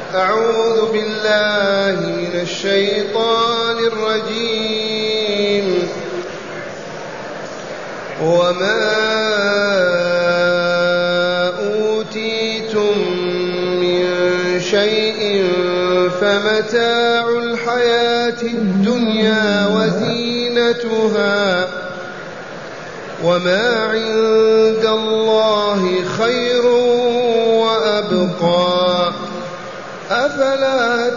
أعوذ بالله من الشيطان الرجيم. وما أوتيتم من شيء فمتاع الحياة الدنيا وزينتها وما عند الله خير وأبقى أفلا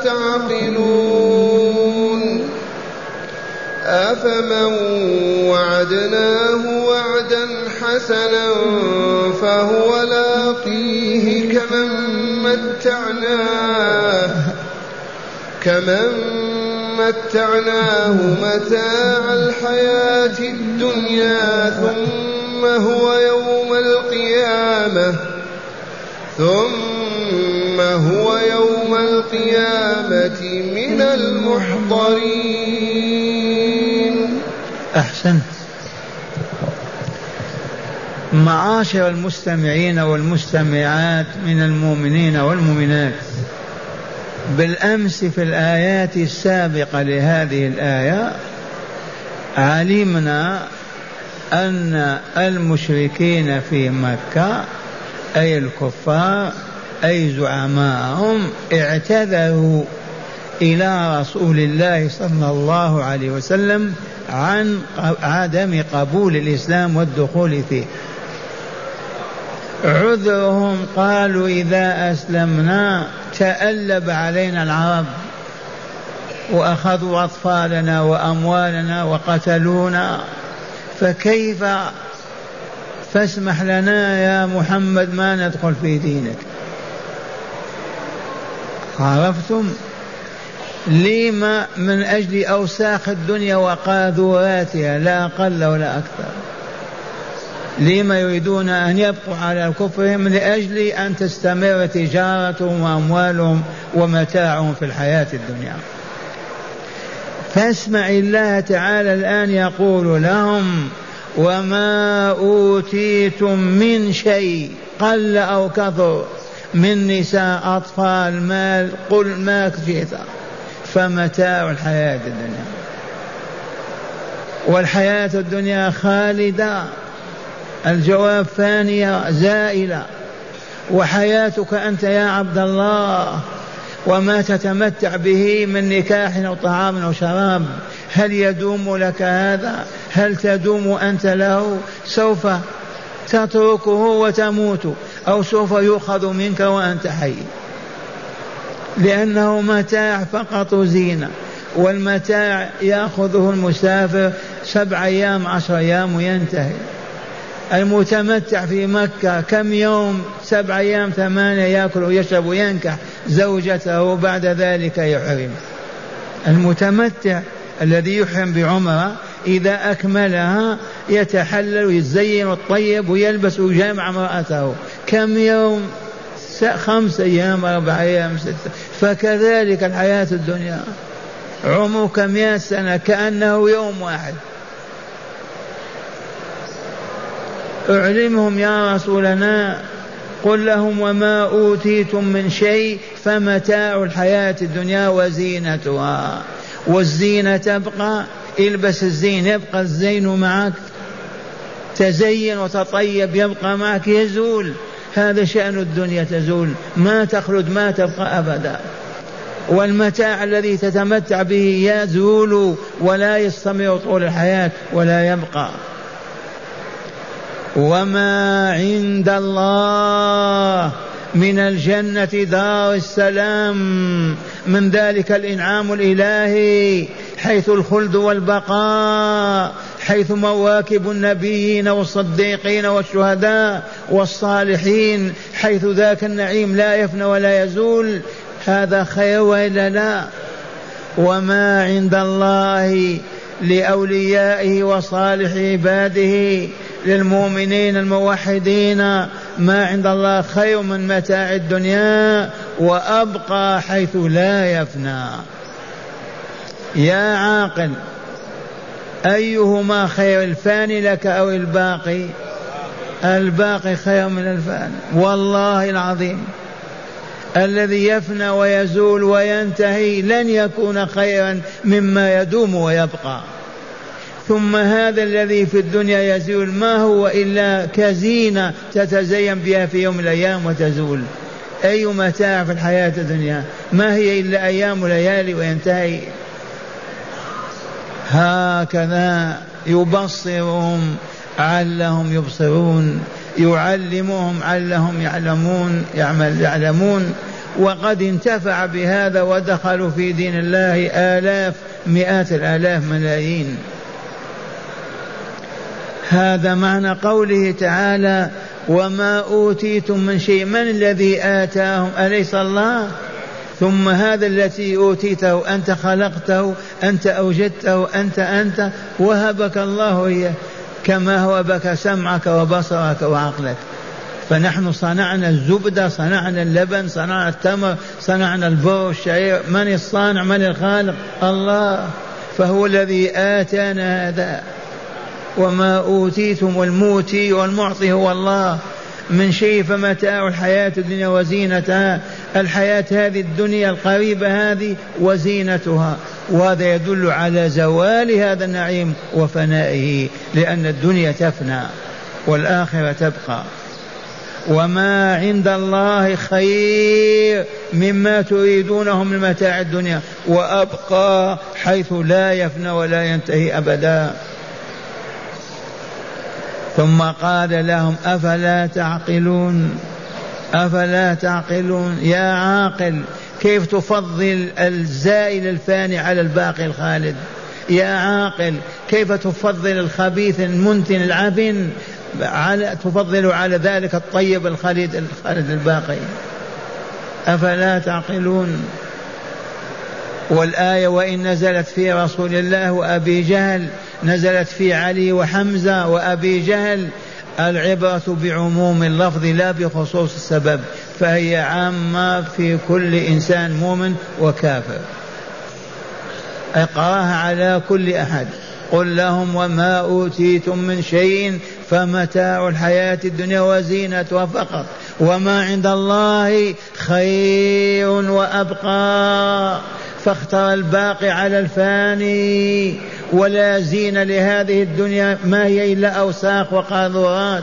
تعقلون. أفمن وعدناه وعدا حسنا فهو لاقيه كمن متعناه متاع الحياة الدنيا ثم هو يوم القيامة من المحضرين. أحسنت. معاشر المستمعين والمستمعات من المؤمنين والمؤمنات، بالأمس في الآيات السابقة لهذه الآية علمنا أن المشركين في مكة أي الكفار أي زعماءهم اعتذروا إلى رسول الله صلى الله عليه وسلم عن عدم قبول الإسلام والدخول فيه. عذرهم قالوا إذا أسلمنا تألب علينا العرب وأخذوا أطفالنا وأموالنا وقتلونا، فكيف؟ فاسمح لنا يا محمد ما ندخل في دينك. عرفتم؟ لما؟ من أجل أوساخ الدنيا وقاذوراتها لا أقل ولا أكثر. لما يريدون أن يبقوا على كفرهم؟ لأجل أن تستمر تجارتهم وأموالهم ومتاعهم في الحياة الدنيا. فاسمع الله تعالى الآن يقول لهم وما أوتيتم من شيء قل أو كثر من نساء أطفال مال قل ما شئت فمتاع الحياة الدنيا، والحياة الدنيا خالدة. الجواب فانية زائلة. وحياتك أنت يا عبد الله وما تتمتع به من نكاح أو طعام أو شراب، هل يدوم لك هذا؟ هل تدوم أنت له؟ سوف تتركه وتموت، أو سوف يؤخذ منك وأنت حي، لأنه متاع فقط زينة. والمتاع يأخذه المسافر 7 أيام 10 أيام وينتهي. المتمتع في مكة كم يوم؟ 7 أيام 8 يأكل ويشرب وينكح زوجته بعد ذلك يحرم. المتمتع الذي يحرم بعمرة إذا أكملها يتحلل ويتزين والطيب ويلبس ويجامع امرأته كم يوم؟ 5 أيام 4 أيام 6. فكذلك الحياة الدنيا عمرك 100 سنة كأنه يوم واحد. اعلمهم يا رسولنا، قل لهم وما أوتيتم من شيء فمتاع الحياة الدنيا وزينتها. والزينة تبقى، البس الزين يبقى الزين معك، تزين وتطيب يبقى معك، يزول. هذا شأن الدنيا، تزول ما تخلد ما تبقى أبدا. والمتاع الذي تتمتع به يزول ولا يستمر طول الحياة ولا يبقى. وما عند الله من الجنة دار السلام، من ذلك الإنعام الإلهي حيث الخلد والبقاء، حيث مواكب النبيين والصديقين والشهداء والصالحين، حيث ذاك النعيم لا يفنى ولا يزول. هذا خير وإلا لا؟ وما عند الله لأوليائه وصالح عباده للمؤمنين الموحدين، ما عند الله خير من متاع الدنيا وأبقى حيث لا يفنى. يا عاقل، أيهما خير، الفاني لك أو الباقي؟ الباقي خير من الفاني والله العظيم. الذي يفنى ويزول وينتهي لن يكون خيرا مما يدوم ويبقى. ثم هذا الذي في الدنيا يزول ما هو إلا كزينة تتزين بها في يوم من الأيام وتزول. أي متاع في الحياة الدنيا ما هي إلا أيام وليالي وينتهي. هكذا يبصرهم علهم يبصرون، يعلمهم علهم يعلمون. وقد انتفع بهذا ودخلوا في دين الله آلاف مئات الآلاف ملايين. هذا معنى قوله تعالى وما أوتيتم من شيء. من الذي آتاهم؟ أليس الله؟ ثم هذا الذي أوتيته أنت خلقته، أنت أوجدته، أنت وهبك الله إياه، كما هو بك سمعك وبصرك وعقلك. فنحن صنعنا الزبدة، صنعنا اللبن، صنعنا التمر، صنعنا البر والشعير. من الصانع؟ من الخالق؟ الله. فهو الذي آتانا هذا. وما أوتيتم، والموتي والمعطي هو الله، من شيء فمتاع الحياة الدنيا وزينتها. الحياة هذه الدنيا القريبة هذه وزينتها، وهذا يدل على زوال هذا النعيم وفنائه، لأن الدنيا تفنى والآخرة تبقى. وما عند الله خير مما تريدونه من متاع الدنيا وأبقى، حيث لا يفنى ولا ينتهي أبدا. ثم قال لهم أفلا تعقلون؟ أفلا تعقلون؟ يا عاقل، كيف تفضل الزائل الفاني على الباقي الخالد؟ يا عاقل، كيف تفضل الخبيث المنتن العفن تفضل على ذلك الطيب الخالد الباقي؟ أفلا تعقلون؟ والآية وإن نزلت في رسول الله وأبي جهل، نزلت في علي وحمزة وأبي جهل. العبرة بعموم اللفظ لا بخصوص السبب، فهي عامة في كل إنسان مؤمن وكافر. اقراها على كل أحد. قل لهم وما أوتيتم من شيء فمتاع الحياة الدنيا وزينتها فقط، وما عند الله خير وأبقى. فاختار الباقي على الفاني، ولا زين لهذه الدنيا ما هي إلا أوساخ وقاذورات.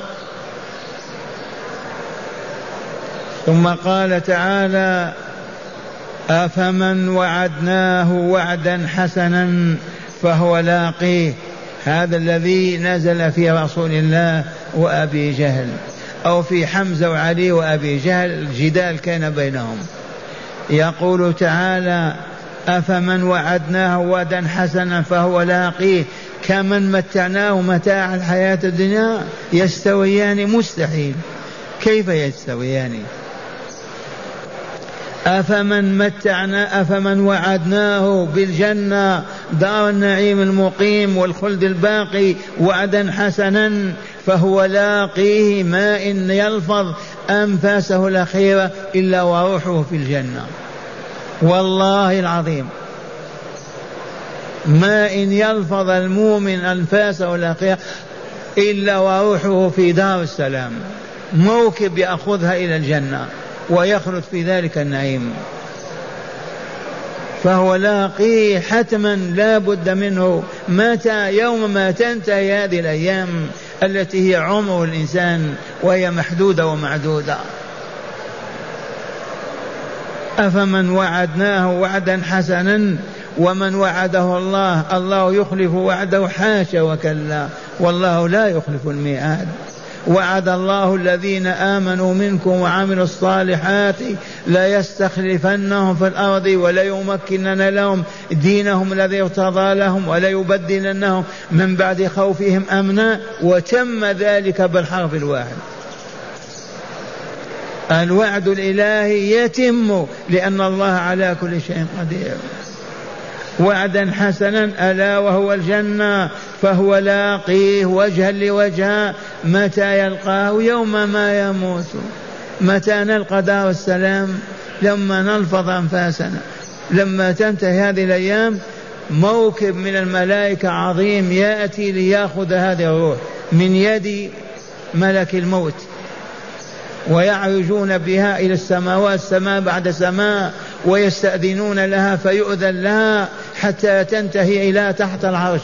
ثم قال تعالى أفمن وعدناه وعدا حسنا فهو لاقيه. هذا الذي نزل في رسول الله وأبي جهل، أو في حمزة وعلي وأبي جهل، الجدال كان بينهم. يقول تعالى أفمن وعدناه وعدا حسنا فهو لاقيه كمن متعناه متاع الحياة الدنيا يستويان؟ مستحيل. كيف يستويان؟ أفمن وعدناه بالجنة دار النعيم المقيم والخلد الباقي وعدا حسنا فهو لاقيه ما إن يلفظ أنفاسه الأخيرة إلا وروحه في الجنة. والله العظيم ما إن يلفظ المؤمن أنفاسه الأخيرة إلا وروحه في دار السلام، موكب يأخذها إلى الجنة ويخلد في ذلك النعيم. فهو لاقيه حتما لا بد منه. متى؟ يوم ما تنتهي هذه الأيام التي هي عمر الإنسان وهي محدودة ومعدودة. أفمن وعدناه وعدا حسنا ومن وعده الله يخلف وعده؟ حاشا وكلا، والله لا يخلف الميعاد. وعد الله الذين آمنوا منكم وعملوا الصالحات لا يستخلفنهم في الأرض ولا يمكنن لهم دينهم الذي ارتضى لهم ولا يبدلنهم من بعد خوفهم أمنا، وتم ذلك بالحرف الواحد. الوعد الإلهي يتم لأن الله على كل شيء قدير. وعدا حسنا ألا وهو الجنة فهو لاقيه وجها لوجه. متى يلقاه؟ يوم ما يموت. متى نلقى دار السلام؟ لما نلفظ أنفاسنا. لما تنتهي هذه الأيام موكب من الملائكة عظيم يأتي ليأخذ هذه الروح من يد ملك الموت، ويعرجون بها إلى السماوات سماء بعد سماء ويستأذنون لها فيؤذن لها حتى تنتهي إلى تحت العرش.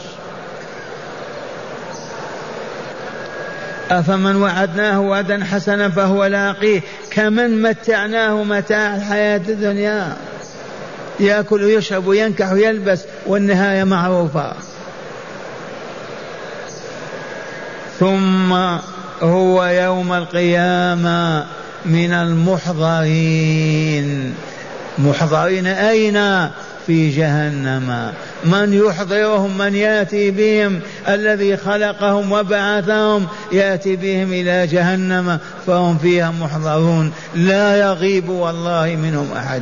أفمن وعدناه وعدا حسنا فهو لاقيه كمن متعناه متاع الحياة الدنيا، يأكل ويشرب وينكح ويلبس والنهاية معروفة. ثم هو يوم القيامة من المحضرين. محضرين أين؟ في جهنم. من يحضرهم؟ من يأتي بهم؟ الذي خلقهم وبعثهم يأتي بهم إلى جهنم فهم فيها محضرون لا يغيب والله منهم أحد.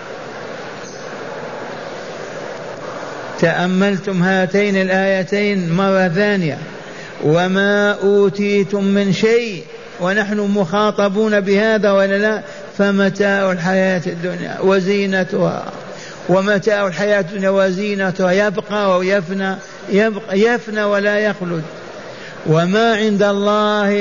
تأملتم هاتين الآيتين مرة ثانية، وما أوتيتم من شيء، ونحن مخاطبون بهذا ولا لا؟ فمتاع الحياة الدنيا وزينتها، ومتاع الحياة الدنيا وزينتها يبقى ويفنى، يفنى ولا يخلد. وما عند الله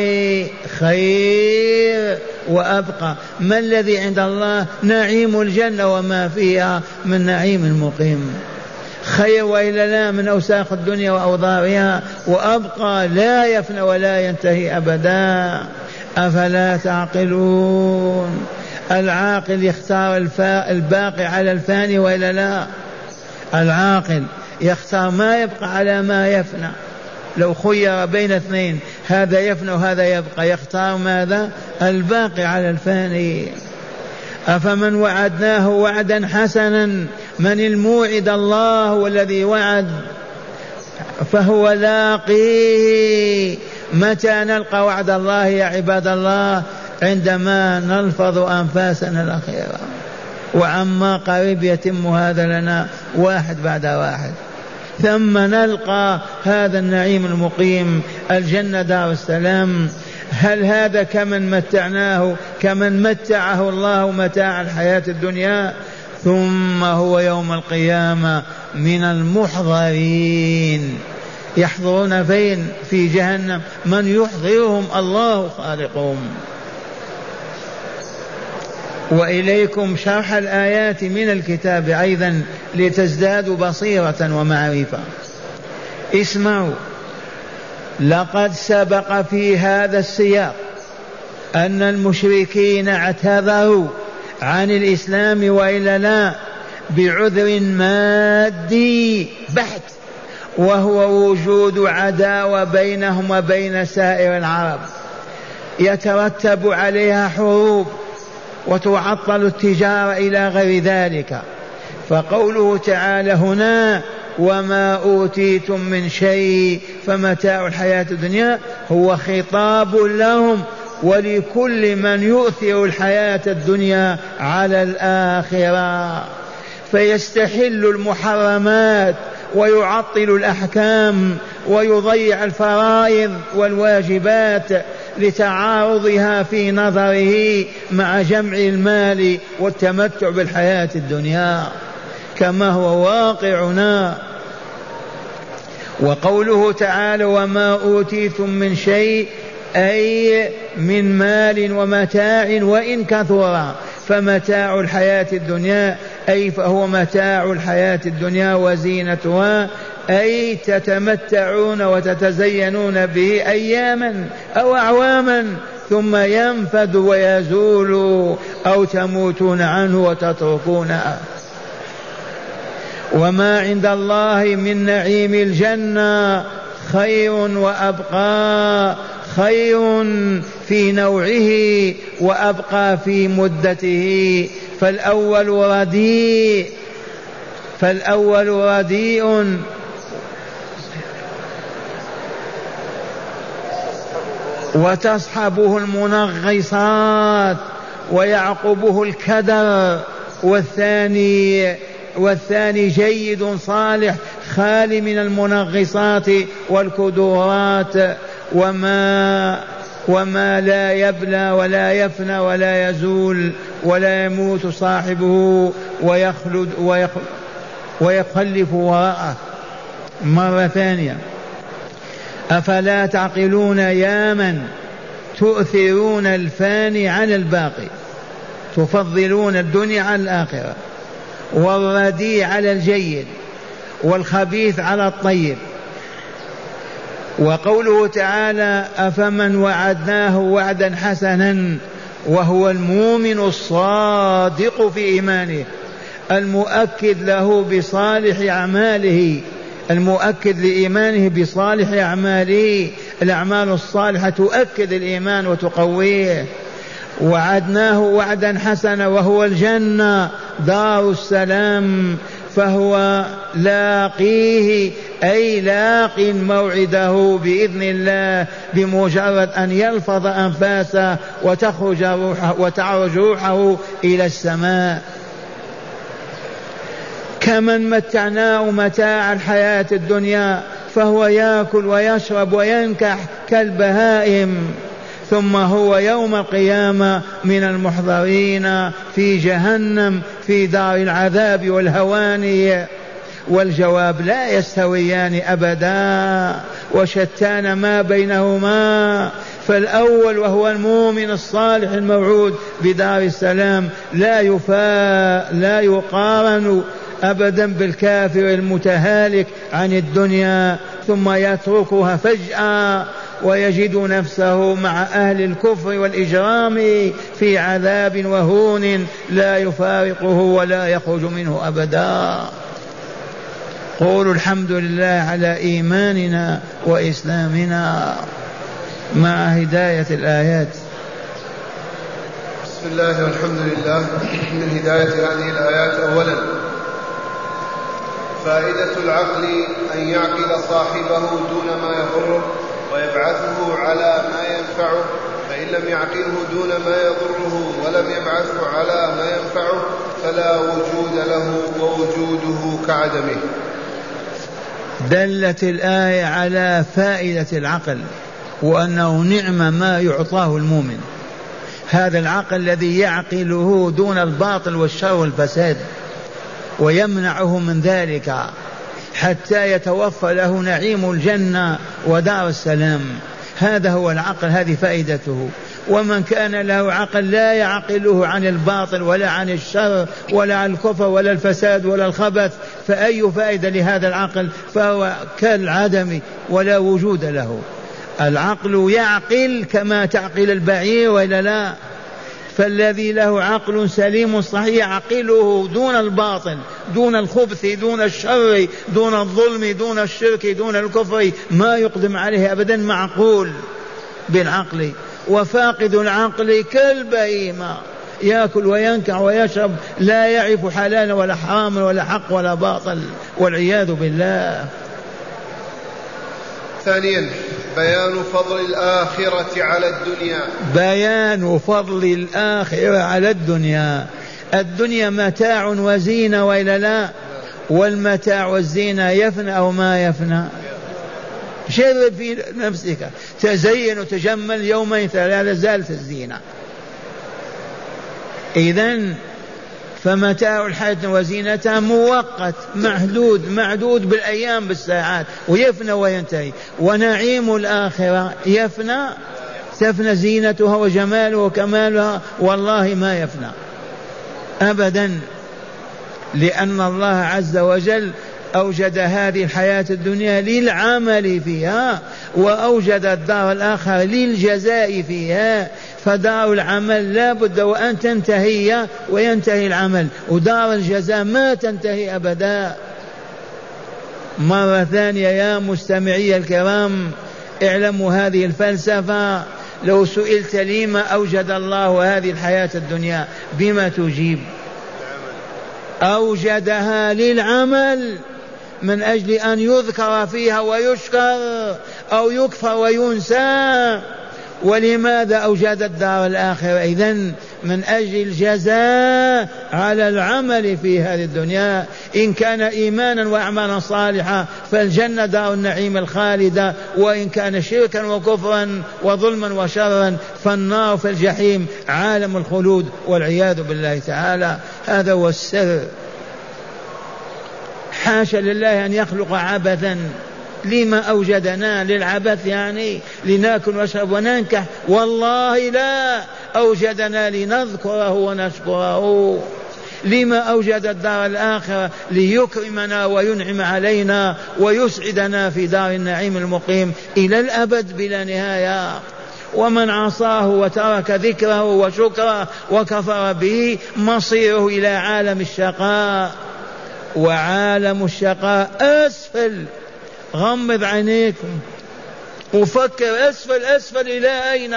خير وأبقى. ما الذي عند الله؟ نعيم الجنة وما فيها من نعيم مقيم، خير وإلا لا من أوساخ الدنيا وأوضارها، وأبقى لا يفنى ولا ينتهي أبدا. أفلا تعقلون؟ العاقل يختار الباقي على الفاني وإلا لا؟ العاقل يختار ما يبقى على ما يفنى. لو خير بين اثنين هذا يفنى وهذا يبقى يختار ماذا؟ الباقي على الفاني. أفمن وعدناه وعدا حسنا، من الموعد؟ الله والذي وعد، فهو لاقيه. متى نلقى وعد الله يا عباد الله؟ عندما نلفظ أنفاسنا الأخيرة، وعما قريب يتم هذا لنا واحد بعد واحد، ثم نلقى هذا النعيم المقيم، الجنة دار السلام. هل هذا كمن متعناه، كمن متعه الله متاع الحياة الدنيا؟ ثم هو يوم القيامة من المحضرين. يحضرون فين؟ في جهنم. من يحضرهم؟ الله خالقهم. وإليكم شرح الآيات من الكتاب أيضا لتزدادوا بصيرة ومعرفة. اسمعوا، لقد سبق في هذا السياق أن المشركين اعتذروا عن الإسلام وإلا لا بعذر مادي بحت، وهو وجود عداوة بينهم وبين سائر العرب يترتب عليها حروب وتعطل التجارة إلى غير ذلك. فقوله تعالى هنا وما أوتيتم من شيء فمتاع الحياة الدنيا هو خطاب لهم ولكل من يؤثر الحياة الدنيا على الآخرة، فيستحل المحرمات ويعطل الأحكام ويضيع الفرائض والواجبات لتعارضها في نظره مع جمع المال والتمتع بالحياة الدنيا كما هو واقعنا. وقوله تعالى وما أوتيتم من شيء أي من مال ومتاع وإن كثر، فمتاع الحياة الدنيا أي فهو متاع الحياة الدنيا وزينتها، أي تتمتعون وتتزينون به أياما أو أعواما ثم ينفد ويزول أو تموتون عنه وتتركونه. وما عند الله من نعيم الجنة خير وأبقى، خير في نوعه وأبقى في مدته. فالأول رديء وتصحبه المنغصات ويعقبه الكدر، والثاني جيد صالح خالي من المنغصات والكدورات، وما لا يبلى ولا يفنى ولا يزول ولا يموت صاحبه ويخلف وراءه. مرة ثانية، أفلا تعقلون يا من تؤثرون الفاني على الباقي، تفضلون الدنيا على الآخرة، والرديء على الجيد، والخبيث على الطيب. وقوله تعالى أفمن وعدناه وعدا حسنا وهو المؤمن الصادق في إيمانه المؤكد له بصالح أعماله، المؤكد لإيمانه بصالح أعماله. الأعمال الصالحة تؤكد الإيمان وتقويه. وعدناه وعدا حسنا وهو الجنة دار السلام، فهو لاقيه أي لاق موعده بإذن الله بمجرد أن يلفظ أنفاسه وتعرج روحه إلى السماء. كمن متعناه متاع الحياة الدنيا فهو يأكل ويشرب وينكح كالبهائم، ثم هو يوم القيامة من المحضرين في جهنم في دار العذاب والهوان. والجواب لا يستويان أبدا وشتان ما بينهما. فالأول وهو المؤمن الصالح الموعود بدار السلام لا يقارن أبدا بالكافر المتهالك عن الدنيا ثم يتركها فجأة ويجد نفسه مع أهل الكفر والإجرام في عذاب وهون لا يفارقه ولا يخرج منه أبدا. قولوا الحمد لله على إيماننا وإسلامنا مع هداية الآيات. بسم الله والحمد لله. من هداية هذه الآيات أولا فائدة العقل أن يعقل صاحبه دون ما يضره ويبعثه على ما ينفعه، فإن لم يعقله دون ما يضره ولم يبعثه على ما ينفعه فلا وجود له ووجوده كعدمه. دلت الآية على فائدة العقل وأنه نعم ما يعطاه المؤمن، هذا العقل الذي يعقله دون الباطل والشر والفساد ويمنعه من ذلك حتى يتوفى له نعيم الجنة ودار السلام. هذا هو العقل، هذه فائدته. ومن كان له عقل لا يعقله عن الباطل ولا عن الشر ولا عن الكفر ولا الفساد ولا الخبث، فأي فائدة لهذا العقل؟ فهو كالعدم ولا وجود له. العقل يعقل كما تعقل البعير وإلا لا؟ فالذي له عقل سليم صحيح يعقله دون الباطل دون الخبث دون الشر دون الظلم دون الشرك دون الكفر، ما يقدم عليه أبدا، معقول بالعقل. وفاقد العقل كالبهيمة يأكل وينكع ويشرب لا يعرف حلالا ولا حراما ولا حق ولا باطل والعياذ بالله. ثانيا بيان فضل الآخرة على الدنيا. بيان فضل الآخرة على الدنيا. الدنيا متاع وزينة وإلا لا؟ والمتاع والزينة يفنى أو ما يفنى؟ شرب في نفسك، تزين وتجمل يومين ثلاثة زالت الزينة. إذن فمتاع الحياة وزينتها مؤقت محدود معدود بالأيام بالساعات ويفنى وينتهي. ونعيم الآخرة يفنى، تفنى زينتها وجمالها وكمالها؟ والله ما يفنى أبدا، لأن الله عز وجل أوجد هذه الحياة الدنيا للعمل فيها وأوجد الدار الآخرة للجزاء فيها. فدار العمل لا بد وأن تنتهي وينتهي العمل، ودار الجزاء ما تنتهي أبدا. مرة ثانية يا مستمعي الكرام اعلموا هذه الفلسفة. لو سئلت لما أوجد الله هذه الحياة الدنيا بما تجيب؟ أوجدها للعمل من أجل أن يذكر فيها ويشكر أو يكفر وينسى. ولماذا أوجد الدار الآخرة إذن؟ من أجل الجزاء على العمل في هذه الدنيا. إن كان إيمانا وأعمالا صالحة فالجنة دار النعيم الخالدة، وإن كان شركا وكفرا وظلما وشرا فالنار في الجحيم عالم الخلود والعياذ بالله تعالى. هذا هو السر. حاشا لله أن يخلق عبثا لما أوجدنا للعبث يعني لنأكل ونشرب وننكح؟ والله لا، أوجدنا لنذكره ونشكره. لما أوجد الدار الآخرة؟ ليكرمنا وينعم علينا ويسعدنا في دار النعيم المقيم إلى الأبد بلا نهاية. ومن عصاه وترك ذكره وشكره وكفر به مصيره إلى عالم الشقاء، وعالم الشقاء أسفل. غمض عينيكم وفكر، أسفل أسفل إلى أين؟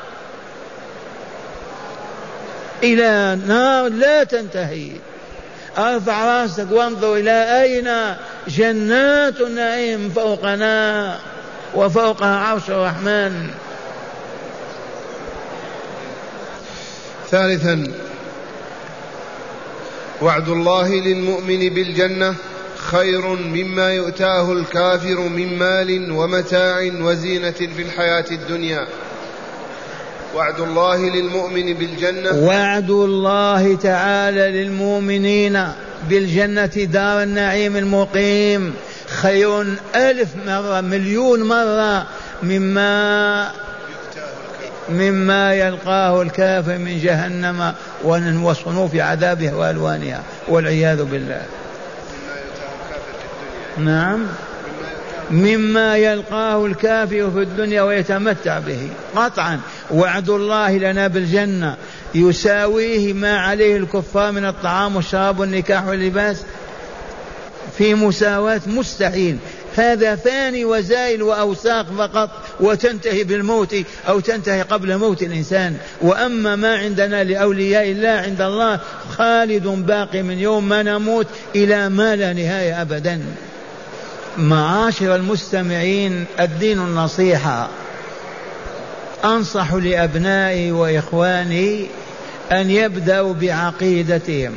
إلى نار لا تنتهي. ارفع راسك وانظر إلى أين؟ جنات النعيم فوقنا وفوقها عرش الرحمن. ثالثا، وعد الله للمؤمن بالجنة خير مما يؤتاه الكافر من مال ومتاع وزينة في الحياة الدنيا. وعد الله للمؤمن بالجنة، وعد الله تعالى للمؤمنين بالجنة دار النعيم المقيم خير 1000 مرة مليون مرة مما يلقاه الكافر من جهنم وصنوف عذابها وألوانها والعياذ بالله. نعم، مما يلقاه الكافر في الدنيا ويتمتع به قطعا. وعد الله لنا بالجنة يساويه ما عليه الكفار من الطعام والشراب والنكاح واللباس في مساواة؟ مستحيل. هذا فاني وزائل وأوساق فقط وتنتهي بالموت أو تنتهي قبل موت الإنسان. وأما ما عندنا لأولياء الله عند الله خالد باقي من يوم ما نموت إلى ما لا نهاية أبدا. معاشر المستمعين، الدين النصيحة. أنصح لأبنائي وإخواني أن يبدأوا بعقيدتهم.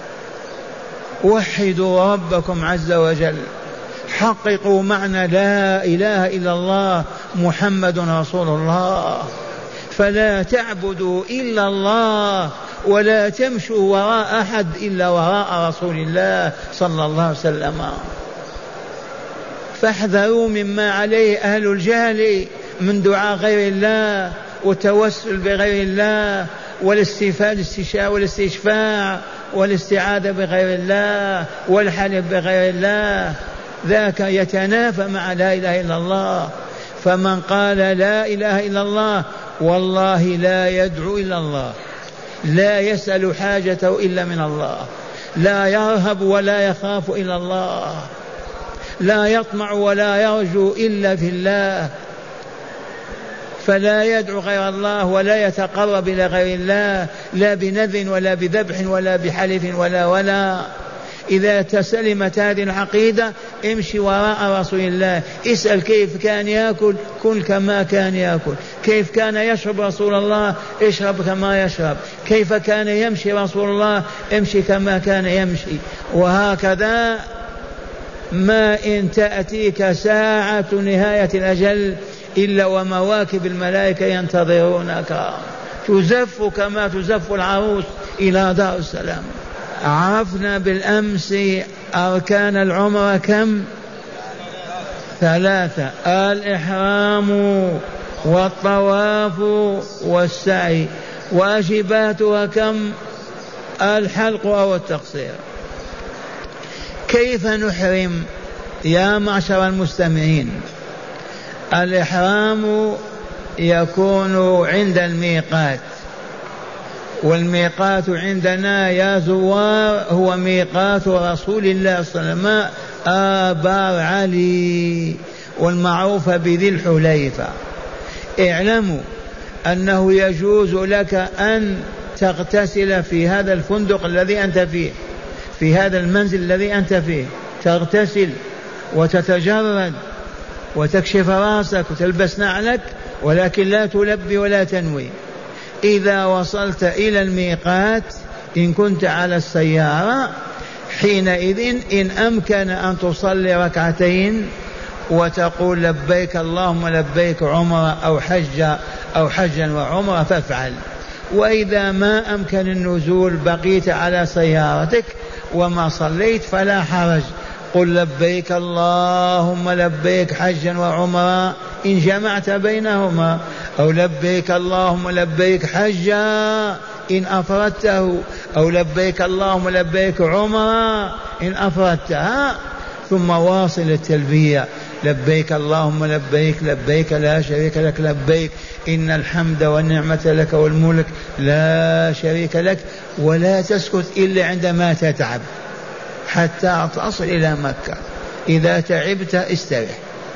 وحدوا ربكم عز وجل، حققوا معنى لا إله إلا الله محمد رسول الله، فلا تعبدوا إلا الله ولا تمشوا وراء أحد إلا وراء رسول الله صلى الله عليه وسلم. فاحذروا مما عليه أهل الجهل من دعاء غير الله والتوسل بغير الله والاستشفاء والاستشفاع والاستعاذة بغير الله والحلف بغير الله. ذاك يتنافى مع لا إله إلا الله. فمن قال لا إله إلا الله والله لا يدعو إلا الله، لا يسأل حاجته إلا من الله، لا يرهب ولا يخاف إلا الله، لا يطمع ولا يرجو إلا في الله، فلا يدعو غير الله ولا يتقرب إلى غير الله، لا بنذر ولا بذبح ولا بحلف ولا. إذا تسلمت هذه العقيدة امشي وراء رسول الله. اسأل كيف كان يأكل، كل كما كان يأكل. كيف كان يشرب رسول الله، اشرب كما يشرب. كيف كان يمشي رسول الله، امشي كما كان يمشي. وهكذا ما إن تأتيك ساعة نهاية الأجل إلا ومواكب الملائكة ينتظرونك، تزف كما تزف العروس إلى دار السلام. عرفنا بالأمس أركان العمرة كم؟ 3: الإحرام والطواف والسعي. واجباتها كم؟ الحلق أو التقصير. كيف نحرم يا معشر المستمعين؟ الإحرام يكون عند الميقات، والميقات عندنا يا زوار هو ميقات رسول الله صلى الله عليه وسلم آبار علي، والمعروف بذي الحليفة. اعلموا أنه يجوز لك أن تغتسل في هذا الفندق الذي أنت فيه، في هذا المنزل الذي أنت فيه، تغتسل وتتجرد وتكشف راسك وتلبس نعلك، ولكن لا تلبي ولا تنوي. إذا وصلت إلى الميقات إن كنت على السيارة حينئذ إن أمكن أن تصلي ركعتين وتقول لبيك اللهم لبيك عمرة أو حجا وعمرة فافعل. وإذا ما أمكن النزول بقيت على سيارتك وما صليت فلا حرج، قل لبيك اللهم لبيك حجا وعمرا إن جمعت بينهما، أو لبيك اللهم لبيك حجا إن أفردته، أو لبيك اللهم لبيك عمرا إن أفردتها. ثم واصل التلبية لبيك اللهم لبيك لبيك لا شريك لك لبيك إن الحمد والنعمة لك والملك لا شريك لك. ولا تسكت إلا عندما تتعب حتى تصل إلى مكة. إذا تعبت استرح.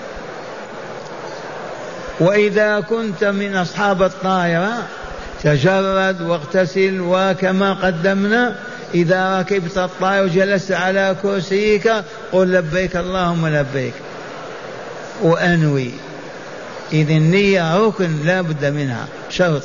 وإذا كنت من أصحاب الطائرة تجرد واغتسل، وكما قدمنا إذا ركبت الطائرة وجلست على كرسيك قل لبيك اللهم لبيك وأنوي. إذ النية ركن لا بد منها، شرط.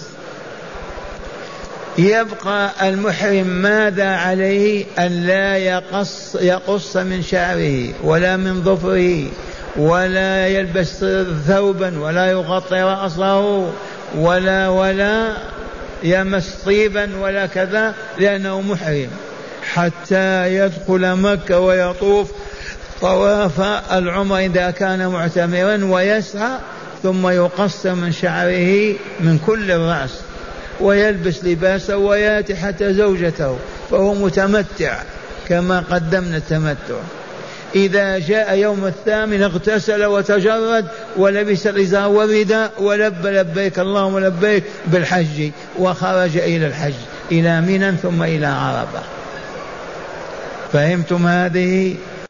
يبقى المحرم ماذا عليه؟ أن لا يقص من شعره ولا من ظفره، ولا يلبس ثوبا، ولا يغطي رأسه، ولا يمس طيبا ولا كذا، لأنه محرم حتى يدخل مكة ويطوف طواف العمر إذا كان معتمرا ويسعى، ثم يقص من شعره من كل الرأس ويلبس لباسه وياتي حتى زوجته، فهو متمتع كما قدمنا التمتع. إذا جاء يوم الثامن اغتسل وتجرد ولبس الإزار والرداء ولب لبيك اللهم لبيك بالحج، وخرج إلى الحج إلى منى ثم إلى عرفة. فهمتم هذه؟